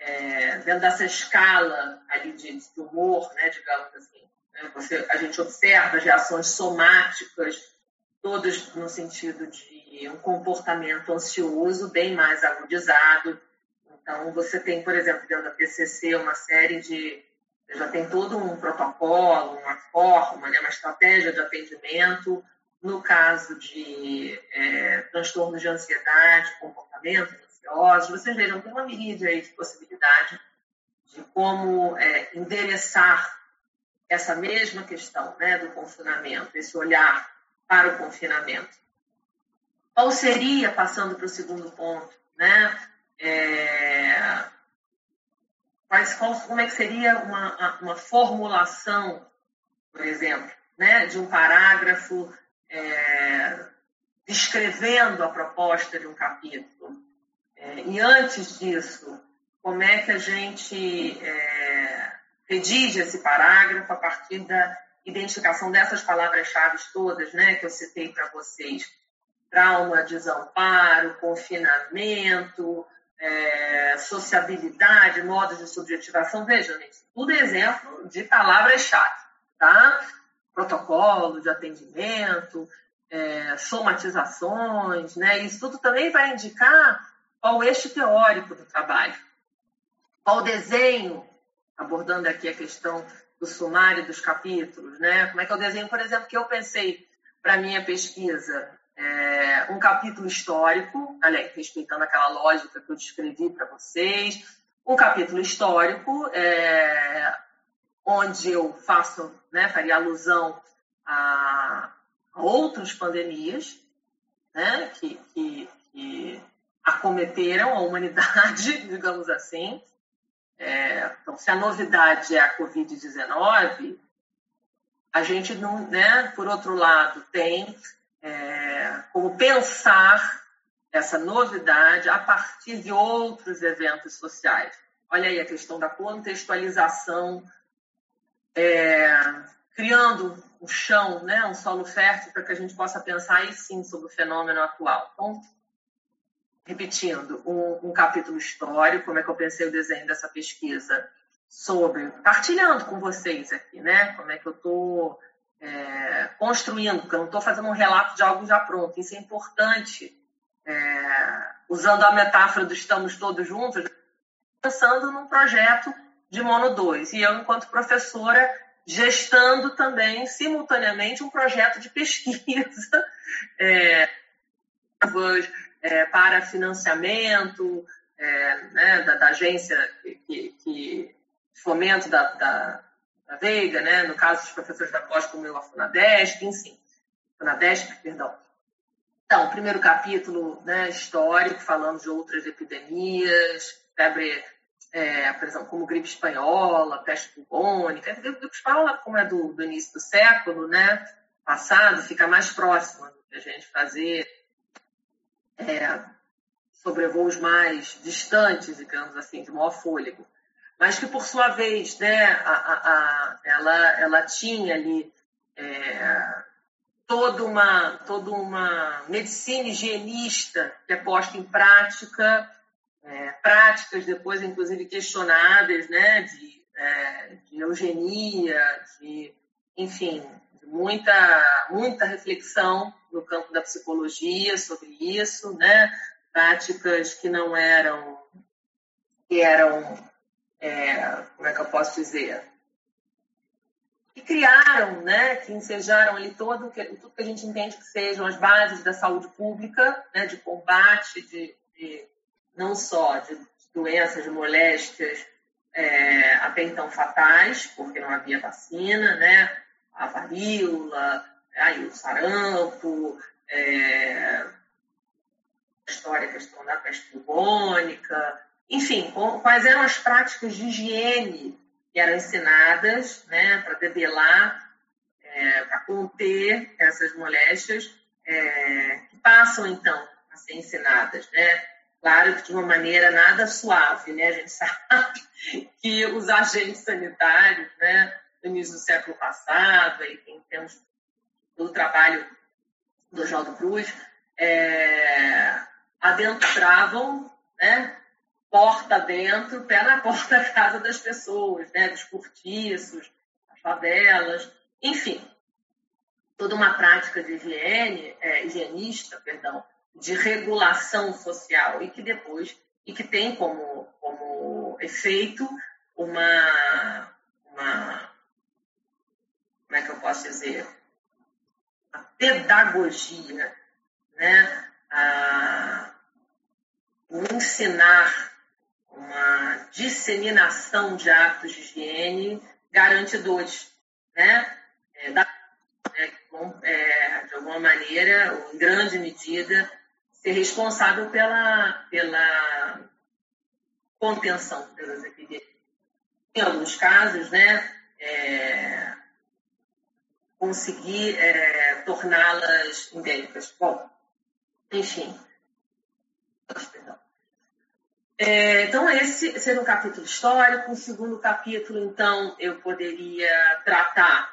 é, dentro dessa escala ali de, de humor, né, digamos assim, né, você, a gente observa as reações somáticas, todas no sentido de um comportamento ansioso bem mais agudizado. Então, você tem, por exemplo, dentro da P C C, uma série de... já tem todo um protocolo, uma forma, né, uma estratégia de atendimento. No caso de é, transtornos de ansiedade, comportamentos ansiosos, vocês vejam, tem uma miríade aí de possibilidade de como é, endereçar essa mesma questão, né, do confinamento, esse olhar para o confinamento. Qual seria, passando para o segundo ponto, né, é, quais, qual, como é que seria uma, uma formulação, por exemplo, né, de um parágrafo é, descrevendo a proposta de um capítulo? É, e antes disso, como é que a gente é, redige esse parágrafo a partir da identificação dessas palavras-chave todas, né, que eu citei para vocês? Trauma, desamparo, confinamento, é, sociabilidade, modos de subjetivação. Vejam, isso tudo é exemplo de palavras-chave, tá? Protocolo de atendimento, é, somatizações, né? Isso tudo também vai indicar qual o eixo teórico do trabalho, qual o desenho, abordando aqui a questão do sumário dos capítulos, né? Como é que é o desenho, por exemplo, que eu pensei para a minha pesquisa? É, um capítulo histórico, aliás, respeitando aquela lógica que eu descrevi para vocês, um capítulo histórico, é, onde eu faço, né, faria alusão a, a outras pandemias, né, que, que, que acometeram a humanidade, digamos assim. É, então, se a novidade é a covid dezenove, a gente, não, né, por outro lado, tem é, como pensar essa novidade a partir de outros eventos sociais. Olha aí a questão da contextualização, é, criando um chão, né, um solo fértil para que a gente possa pensar aí sim sobre o fenômeno atual. Então, repetindo, um, um capítulo histórico, como é que eu pensei o desenho dessa pesquisa, sobre, partilhando com vocês aqui, né, como é que eu estou é, construindo, porque eu não estou fazendo um relato de algo já pronto. Isso é importante, é, usando a metáfora do estamos todos juntos, pensando num projeto de Mono dois, e eu, enquanto professora, gestando também, simultaneamente, um projeto de pesquisa é, é, para financiamento é, né, da, da agência que, que fomento da, da, da Veiga, né, no caso dos professores da pós, como eu, a Funadesp, enfim, Funadesp, perdão. Então, primeiro capítulo, né, histórico, falando de outras epidemias, febre, é, por exemplo, como gripe espanhola, peste bubônica. A gripe espanhola, como é do, do início do século, né, passado, fica mais próxima do que a gente fazer é, sobre voos mais distantes, digamos assim, de maior fôlego. Mas que, por sua vez, né, a, a, a, ela, ela tinha ali é, toda, uma, toda uma medicina higienista que é posta em prática, é, práticas depois, inclusive, questionadas, né, de, é, de eugenia, de, enfim, de muita, muita reflexão no campo da psicologia sobre isso, né, práticas que não eram, que eram É, como é que eu posso dizer? Que criaram, né, que ensejaram ali todo, tudo que a gente entende que sejam as bases da saúde pública, né, de combate, de, de não só de doenças, de moléstias é, até então fatais, porque não havia vacina, né, a varíola, aí o sarampo, é, a história, a questão da peste bubônica. Enfim, quais eram as práticas de higiene que eram ensinadas, né, para debelar, é, para conter essas moléstias, é, que passam, então, a ser ensinadas, né? Claro que de uma maneira nada suave, né? A gente sabe que os agentes sanitários, né, no início do século passado, aí em termos do trabalho do Oswaldo Cruz, é, adentravam, né, porta dentro, pé na porta da casa das pessoas, né? Dos cortiços, das favelas, enfim. Toda uma prática de higiene, é, higienista, perdão, de regulação social e que depois, e que tem como, como efeito uma, uma, como é que eu posso dizer, a pedagogia, né? A, o ensinar, uma disseminação de hábitos de higiene garantidores, né? É, da, é, com, é, de alguma maneira, ou em grande medida, ser responsável pela, pela contenção das epidemias. Em alguns casos, né, é, conseguir é, torná-las endêmicas. Bom, enfim. É, então, esse seria um capítulo histórico. O segundo capítulo, então, eu poderia tratar,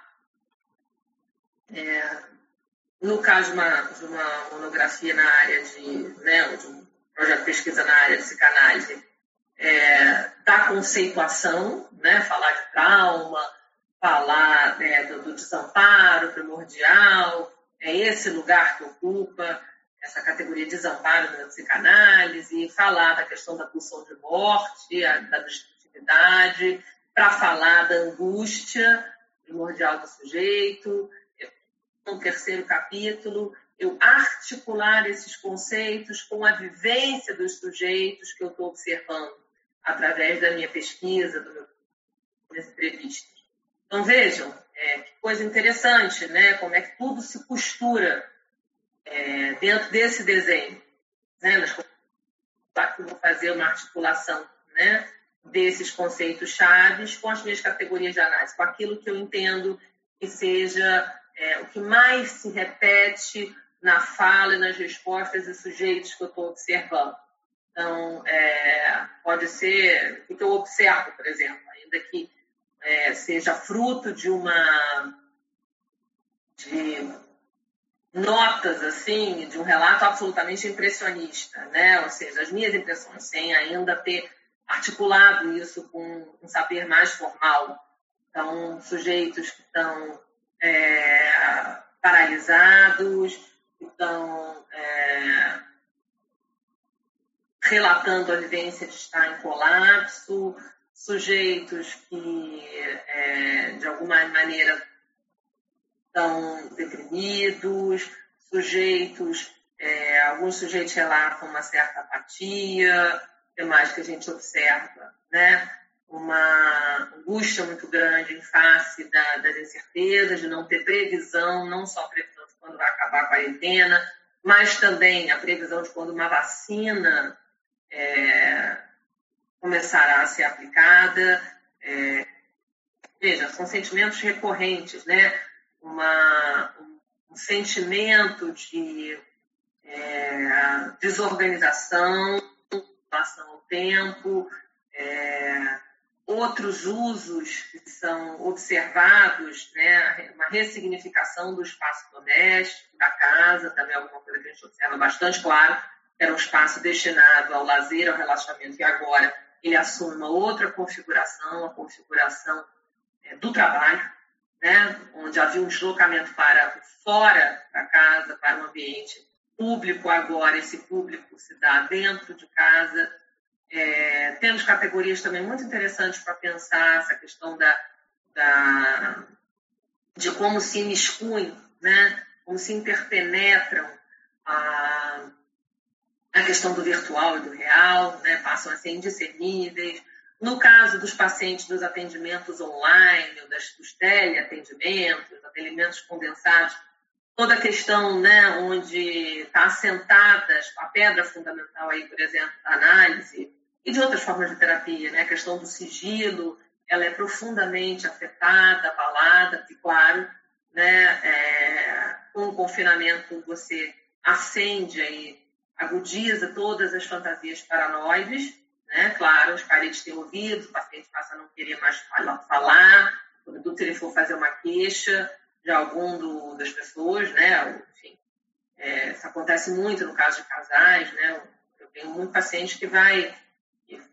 é, no caso de uma, de uma monografia na área de, né, de um projeto de pesquisa na área de psicanálise, é, da conceituação, né, falar de trauma, falar, né, do, do desamparo primordial, é esse lugar que ocupa essa categoria de desamparo na psicanálise, falar da questão da pulsão de morte, a, da destrutividade, para falar da angústia primordial do sujeito. No terceiro capítulo, eu articular esses conceitos com a vivência dos sujeitos que eu estou observando através da minha pesquisa, do meu, das entrevistas. Então, vejam, é, que coisa interessante, né? Como é que tudo se costura é, dentro desse desenho. Né? Nós vou fazer uma articulação, né, desses conceitos chaves com as minhas categorias de análise, com aquilo que eu entendo que seja é, o que mais se repete na fala e nas respostas dos sujeitos que eu estou observando. Então, é, pode ser o que eu observo, por exemplo, ainda que é, seja fruto de uma... de notas, assim, de um relato absolutamente impressionista, né? Ou seja, as minhas impressões, sem ainda ter articulado isso com um saber mais formal. Então, sujeitos que estão é, paralisados, que estão é, relatando a vivência de estar em colapso, sujeitos que, é, de alguma maneira, estão deprimidos, sujeitos, é, alguns sujeitos relatam uma certa apatia, é mais que a gente observa, né? Uma angústia muito grande em face da, das incertezas, de não ter previsão, não só previsão de quando vai acabar a quarentena, mas também a previsão de quando uma vacina é, começará a ser aplicada. É, veja, são sentimentos recorrentes, né? Uma, um sentimento de é, desorganização em relação ao tempo, é, outros usos que são observados, né, uma ressignificação do espaço doméstico, da casa, também alguma coisa que a gente observa bastante, claro, era um espaço destinado ao lazer, ao relaxamento, e agora ele assume uma outra configuração, a configuração é, do trabalho, né, onde havia um deslocamento para fora da casa, para um ambiente público, agora esse público se dá dentro de casa. É, temos categorias também muito interessantes para pensar essa questão da, da, de como se imiscuem, né, como se interpenetram a, a questão do virtual e do real, né, passam a ser indiscerníveis. No caso dos pacientes dos atendimentos online, ou das, dos teleatendimentos, atendimentos condensados, toda a questão, né, onde está assentada a pedra fundamental, aí, por exemplo, da análise e de outras formas de terapia, né, a questão do sigilo, ela é profundamente afetada, abalada, e claro, né, é, com o confinamento você acende aí, agudiza todas as fantasias paranoides, né? Claro, os parentes têm ouvido, o paciente passa a não querer mais falar, sobretudo se ele for fazer uma queixa de algum do, das pessoas, né? Enfim, é, isso acontece muito no caso de casais, né? Eu tenho muito paciente que vai, que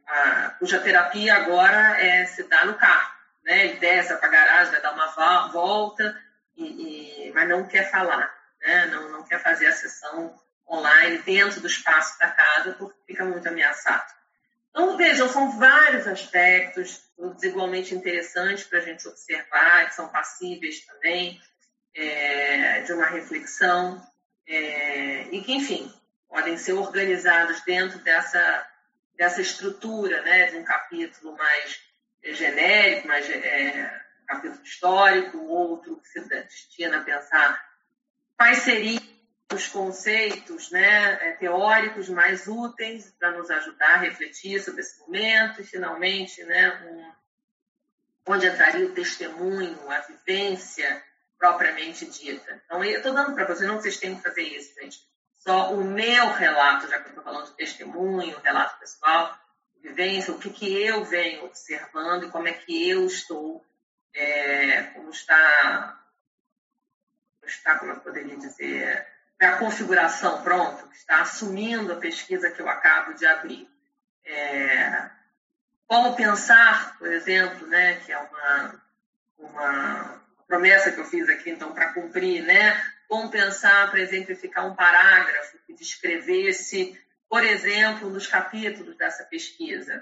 a, cuja terapia agora é se dá no carro, né? Ele desce para a garagem, vai dar uma volta, e, e, mas não quer falar, né? não, não quer fazer a sessão online dentro do espaço da casa, porque fica muito ameaçado. Então, vejam, são vários aspectos, todos igualmente interessantes para a gente observar, que são passíveis também é, de uma reflexão, é, e que, enfim, podem ser organizados dentro dessa, dessa estrutura, né, de um capítulo mais genérico, mais é, capítulo histórico, outro que se destina a pensar quais seriam os conceitos, né, teóricos mais úteis para nos ajudar a refletir sobre esse momento, e, finalmente, né, um, onde entraria o testemunho, a vivência propriamente dita. Então, eu estou dando para vocês, não que vocês tenham que fazer isso, gente. Só o meu relato, já que eu estou falando de testemunho, relato pessoal, vivência, o que, que eu venho observando e como é que eu estou, é, como está, está, como eu poderia dizer, a configuração, pronto, que está assumindo a pesquisa que eu acabo de abrir. É, como pensar, por exemplo, né, que é uma, uma promessa que eu fiz aqui, então, para cumprir, né? Como pensar para exemplificar um parágrafo que descrevesse, por exemplo, um dos capítulos dessa pesquisa.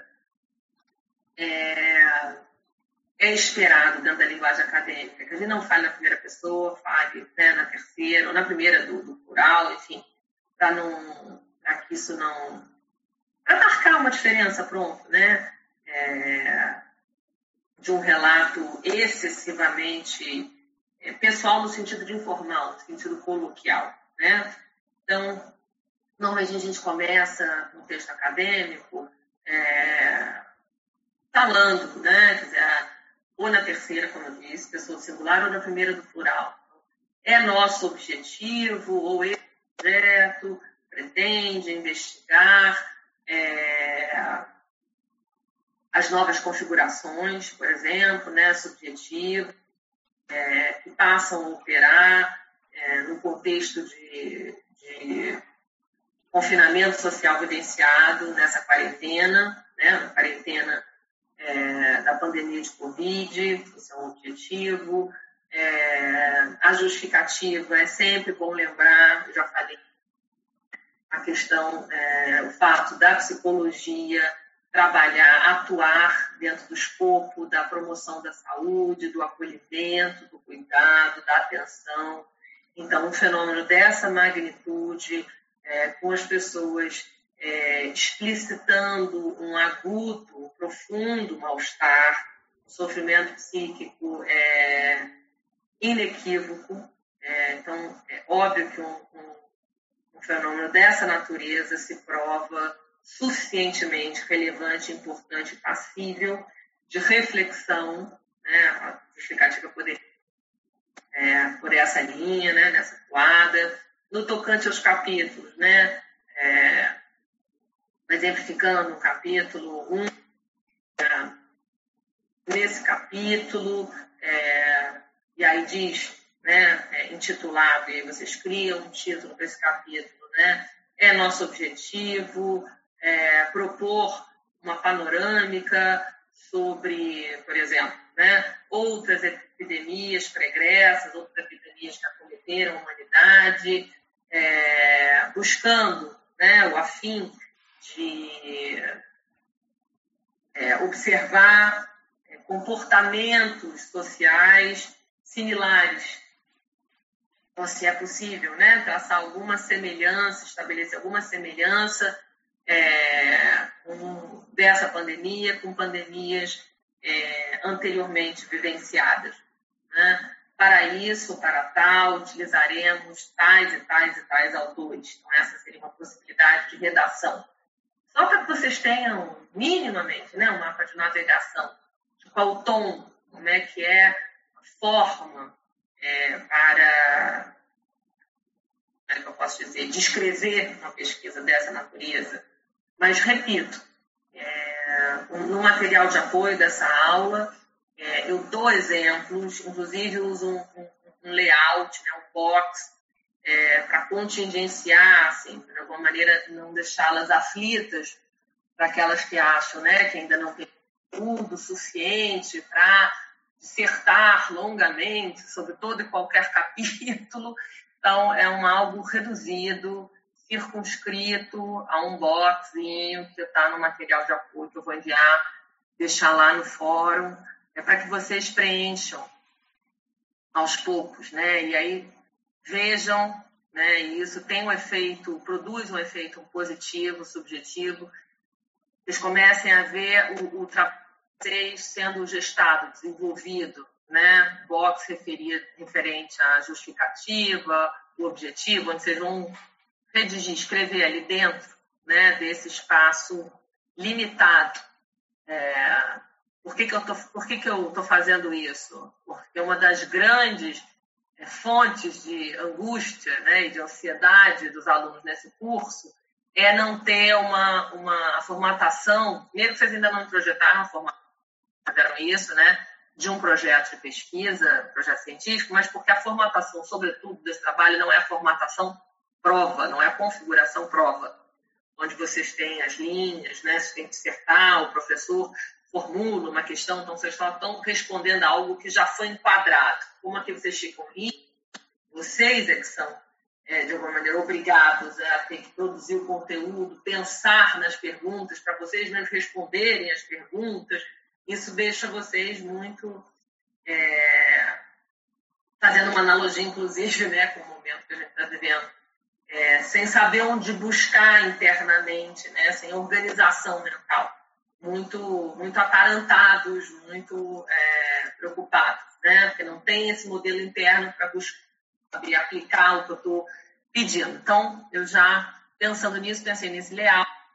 É, é esperado dentro da linguagem acadêmica que a gente não fale na primeira pessoa, fale, né, na terceira, ou na primeira do, do plural, enfim, para não, para que isso não... para marcar uma diferença, pronto, né? É, de um relato excessivamente é, pessoal no sentido de informal, no sentido coloquial, né? Então, normalmente a gente começa no texto acadêmico é, falando, né? Quer dizer, ou na terceira, como eu disse, pessoa singular, ou na primeira do plural. É nosso objetivo, ou esse projeto pretende investigar é, as novas configurações, por exemplo, né, subjetivo, é, que passam a operar é, no contexto de, de confinamento social vivenciado nessa quarentena, né, na quarentena é, da pandemia de Covid, isso é um objetivo. É, a justificativa é sempre bom lembrar, eu já falei, a questão, é, o fato da psicologia trabalhar, atuar dentro do escopo da promoção da saúde, do acolhimento, do cuidado, da atenção. Então, um fenômeno dessa magnitude, é, com as pessoas é, explicitando um agudo, um profundo mal-estar, um sofrimento psíquico é, inequívoco. É, então, é óbvio que um, um, um fenômeno dessa natureza se prova suficientemente relevante, importante e passível de reflexão, né? A justificativa poderia é, por essa linha, né? Nessa toada. No tocante aos capítulos, né? É, exemplificando o capítulo um, é, nesse capítulo, é, e aí diz, né? É, intitulado, e aí vocês criam um título para esse capítulo, né? É nosso objetivo É, propor uma panorâmica sobre, por exemplo, né, outras epidemias pregressas, outras epidemias que acometeram a humanidade, é, buscando, né, o afim de é, observar é, comportamentos sociais similares. Então, se é possível, né, traçar alguma semelhança, estabelecer alguma semelhança É, com, dessa pandemia, com pandemias é, anteriormente vivenciadas. Né? Para isso, para tal, utilizaremos tais e tais e tais autores. Então, essa seria uma possibilidade de redação. Só para que vocês tenham, minimamente, né, um mapa de navegação, de qual tom, como é que é a forma é, para, como é que eu posso dizer, descrever uma pesquisa dessa natureza. Mas, repito, é, no material de apoio dessa aula, é, eu dou exemplos, inclusive uso um, um, um layout, né, um box, é, para contingenciar, assim, de alguma maneira não deixá-las aflitas para aquelas que acham, né, que ainda não tem tudo suficiente para dissertar longamente sobre todo e qualquer capítulo. Então, é um algo reduzido, circunscrito a um boxinho que está no material de apoio que eu vou enviar, deixar lá no fórum, é para que vocês preencham aos poucos, né? E aí vejam, né? E isso tem um efeito, produz um efeito positivo, subjetivo. Vocês comecem a ver o, o trabalho de vocês sendo gestado, desenvolvido, né? Box referir, referente à justificativa, o objetivo, onde vocês vão redigir, escrever ali dentro, né, desse espaço limitado. É, por que que eu tô, por que que eu estou fazendo isso? Porque uma das grandes é, fontes de angústia, né, e de ansiedade dos alunos nesse curso é não ter uma, uma formatação, primeiro que vocês ainda não projetaram a formação, fizeram isso, né, de um projeto de pesquisa, projeto científico, mas porque a formatação, sobretudo, desse trabalho não é a formatação prova, não é a configuração prova, onde vocês têm as linhas, né? Vocês têm que dissertar, o professor formula uma questão, então vocês só estão respondendo a algo que já foi enquadrado. Como é que vocês ficam aí? Vocês é que são, é, de alguma maneira, obrigados a ter que produzir o conteúdo, pensar nas perguntas, para vocês mesmos responderem as perguntas. Isso deixa vocês muito... É, fazendo uma analogia, inclusive, né, com o momento que a gente está vivendo. É, sem saber onde buscar internamente, né? Sem organização mental, muito, muito atarantados, muito é, preocupados, né? Porque não tem esse modelo interno para buscar e aplicar o que eu estou pedindo. Então, eu já, pensando nisso, pensei nesse layout,